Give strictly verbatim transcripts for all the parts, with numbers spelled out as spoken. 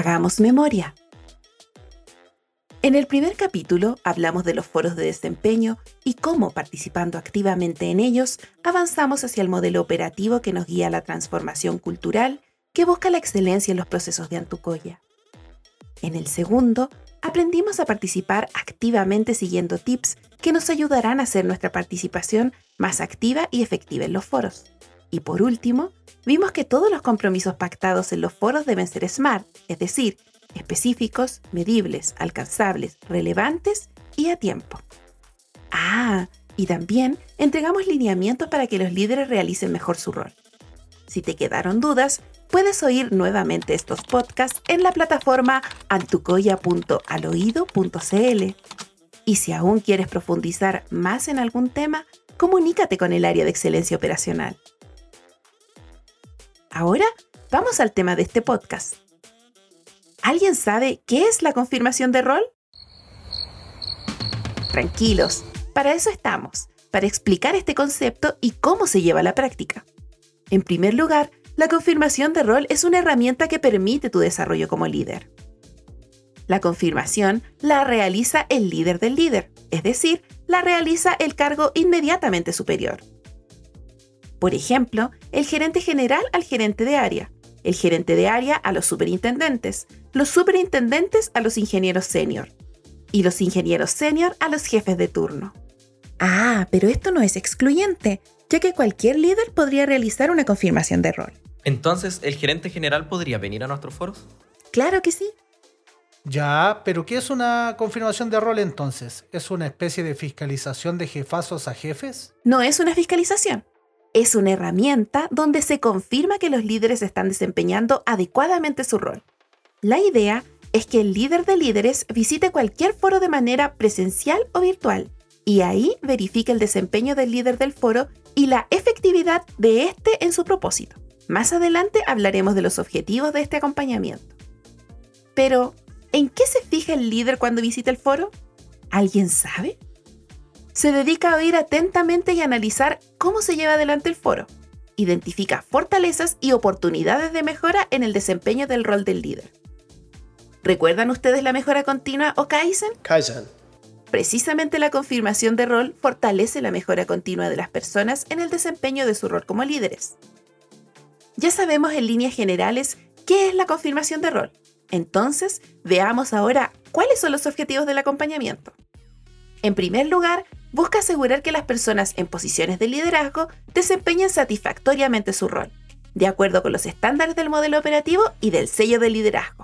Hagamos memoria. En el primer capítulo hablamos de los foros de desempeño y cómo, participando activamente en ellos, avanzamos hacia el modelo operativo que nos guía a la transformación cultural que busca la excelencia en los procesos de Antucoya. En el segundo, aprendimos a participar activamente siguiendo tips que nos ayudarán a hacer nuestra participación más activa y efectiva en los foros. Y por último, vimos que todos los compromisos pactados en los foros deben ser SMART, es decir, específicos, medibles, alcanzables, relevantes y a tiempo. Ah, y también entregamos lineamientos para que los líderes realicen mejor su rol. Si te quedaron dudas, puedes oír nuevamente estos podcasts en la plataforma antucoya punto aloído punto cl. Y si aún quieres profundizar más en algún tema, comunícate con el área de excelencia operacional. Ahora, vamos al tema de este podcast. ¿Alguien sabe qué es la confirmación de rol? Tranquilos, para eso estamos, para explicar este concepto y cómo se lleva a la práctica. En primer lugar, la confirmación de rol es una herramienta que permite tu desarrollo como líder. La confirmación la realiza el líder del líder, es decir, la realiza el cargo inmediatamente superior. Por ejemplo, el gerente general al gerente de área, el gerente de área a los superintendentes, los superintendentes a los ingenieros senior y los ingenieros senior a los jefes de turno. Ah, pero esto no es excluyente, ya que cualquier líder podría realizar una confirmación de rol. Entonces, ¿el gerente general podría venir a nuestros foros? Claro que sí. Ya, pero ¿qué es una confirmación de rol entonces? ¿Es una especie de fiscalización de jefazos a jefes? No es una fiscalización. Es una herramienta donde se confirma que los líderes están desempeñando adecuadamente su rol. La idea es que el líder de líderes visite cualquier foro de manera presencial o virtual y ahí verifique el desempeño del líder del foro y la efectividad de este en su propósito. Más adelante hablaremos de los objetivos de este acompañamiento. Pero, ¿en qué se fija el líder cuando visita el foro? ¿Alguien sabe? Se dedica a oír atentamente y analizar cómo se lleva adelante el foro. Identifica fortalezas y oportunidades de mejora en el desempeño del rol del líder. ¿Recuerdan ustedes la mejora continua o Kaizen? Kaizen. Precisamente la confirmación de rol fortalece la mejora continua de las personas en el desempeño de su rol como líderes. Ya sabemos en líneas generales qué es la confirmación de rol. Entonces, veamos ahora cuáles son los objetivos del acompañamiento. En primer lugar, busca asegurar que las personas en posiciones de liderazgo desempeñen satisfactoriamente su rol, de acuerdo con los estándares del modelo operativo y del sello de liderazgo.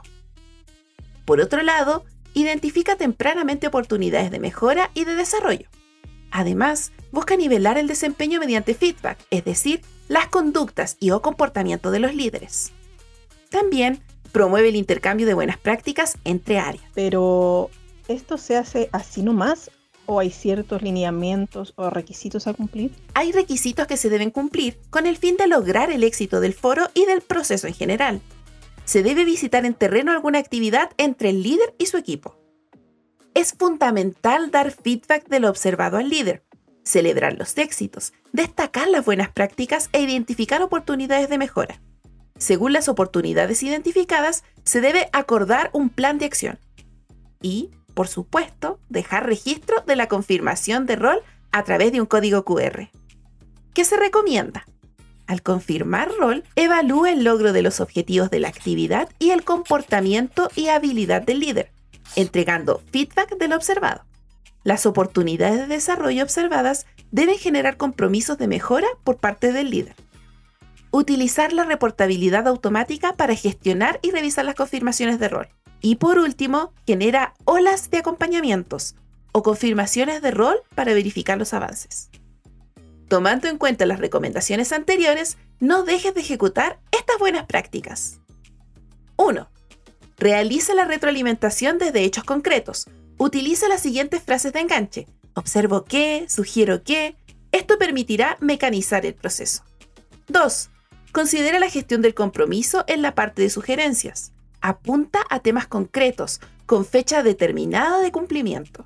Por otro lado, identifica tempranamente oportunidades de mejora y de desarrollo. Además, busca nivelar el desempeño mediante feedback, es decir, las conductas y o comportamiento de los líderes. También promueve el intercambio de buenas prácticas entre áreas. Pero, ¿esto se hace así nomás o hay ciertos lineamientos o requisitos a cumplir? Hay requisitos que se deben cumplir con el fin de lograr el éxito del foro y del proceso en general. Se debe visitar en terreno alguna actividad entre el líder y su equipo. Es fundamental dar feedback de lo observado al líder, celebrar los éxitos, destacar las buenas prácticas e identificar oportunidades de mejora. Según las oportunidades identificadas, se debe acordar un plan de acción. Y, por supuesto, dejar registro de la confirmación de rol a través de un código cu erre. ¿Qué se recomienda? Al confirmar rol, evalúa el logro de los objetivos de la actividad y el comportamiento y habilidad del líder, entregando feedback de lo observado. Las oportunidades de desarrollo observadas deben generar compromisos de mejora por parte del líder. Utilizar la reportabilidad automática para gestionar y revisar las confirmaciones de rol. Y por último, genera olas de acompañamientos o confirmaciones de rol para verificar los avances. Tomando en cuenta las recomendaciones anteriores, no dejes de ejecutar estas buenas prácticas. uno. Realiza la retroalimentación desde hechos concretos. Utiliza las siguientes frases de enganche. Observo que, sugiero que. Esto permitirá mecanizar el proceso. dos. Considera la gestión del compromiso en la parte de sugerencias. Apunta a temas concretos, con fecha determinada de cumplimiento.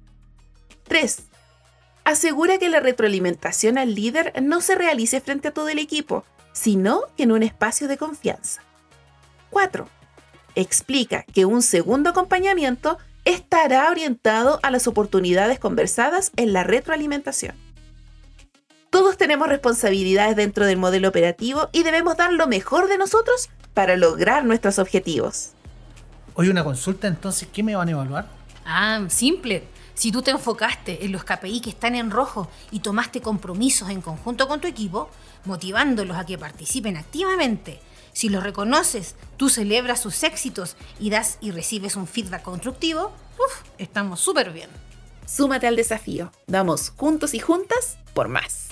tres. Asegura que la retroalimentación al líder no se realice frente a todo el equipo, sino que en un espacio de confianza. cuatro. explica que un segundo acompañamiento estará orientado a las oportunidades conversadas en la retroalimentación. Todos tenemos responsabilidades dentro del modelo operativo y debemos dar lo mejor de nosotros para lograr nuestros objetivos. Hoy una consulta, entonces, ¿qué me van a evaluar? Ah, simple. Si tú te enfocaste en los K P I que están en rojo y tomaste compromisos en conjunto con tu equipo, motivándolos a que participen activamente, si los reconoces, tú celebras sus éxitos y das y recibes un feedback constructivo, uf, estamos súper bien. Súmate al desafío. Vamos juntos y juntas por más.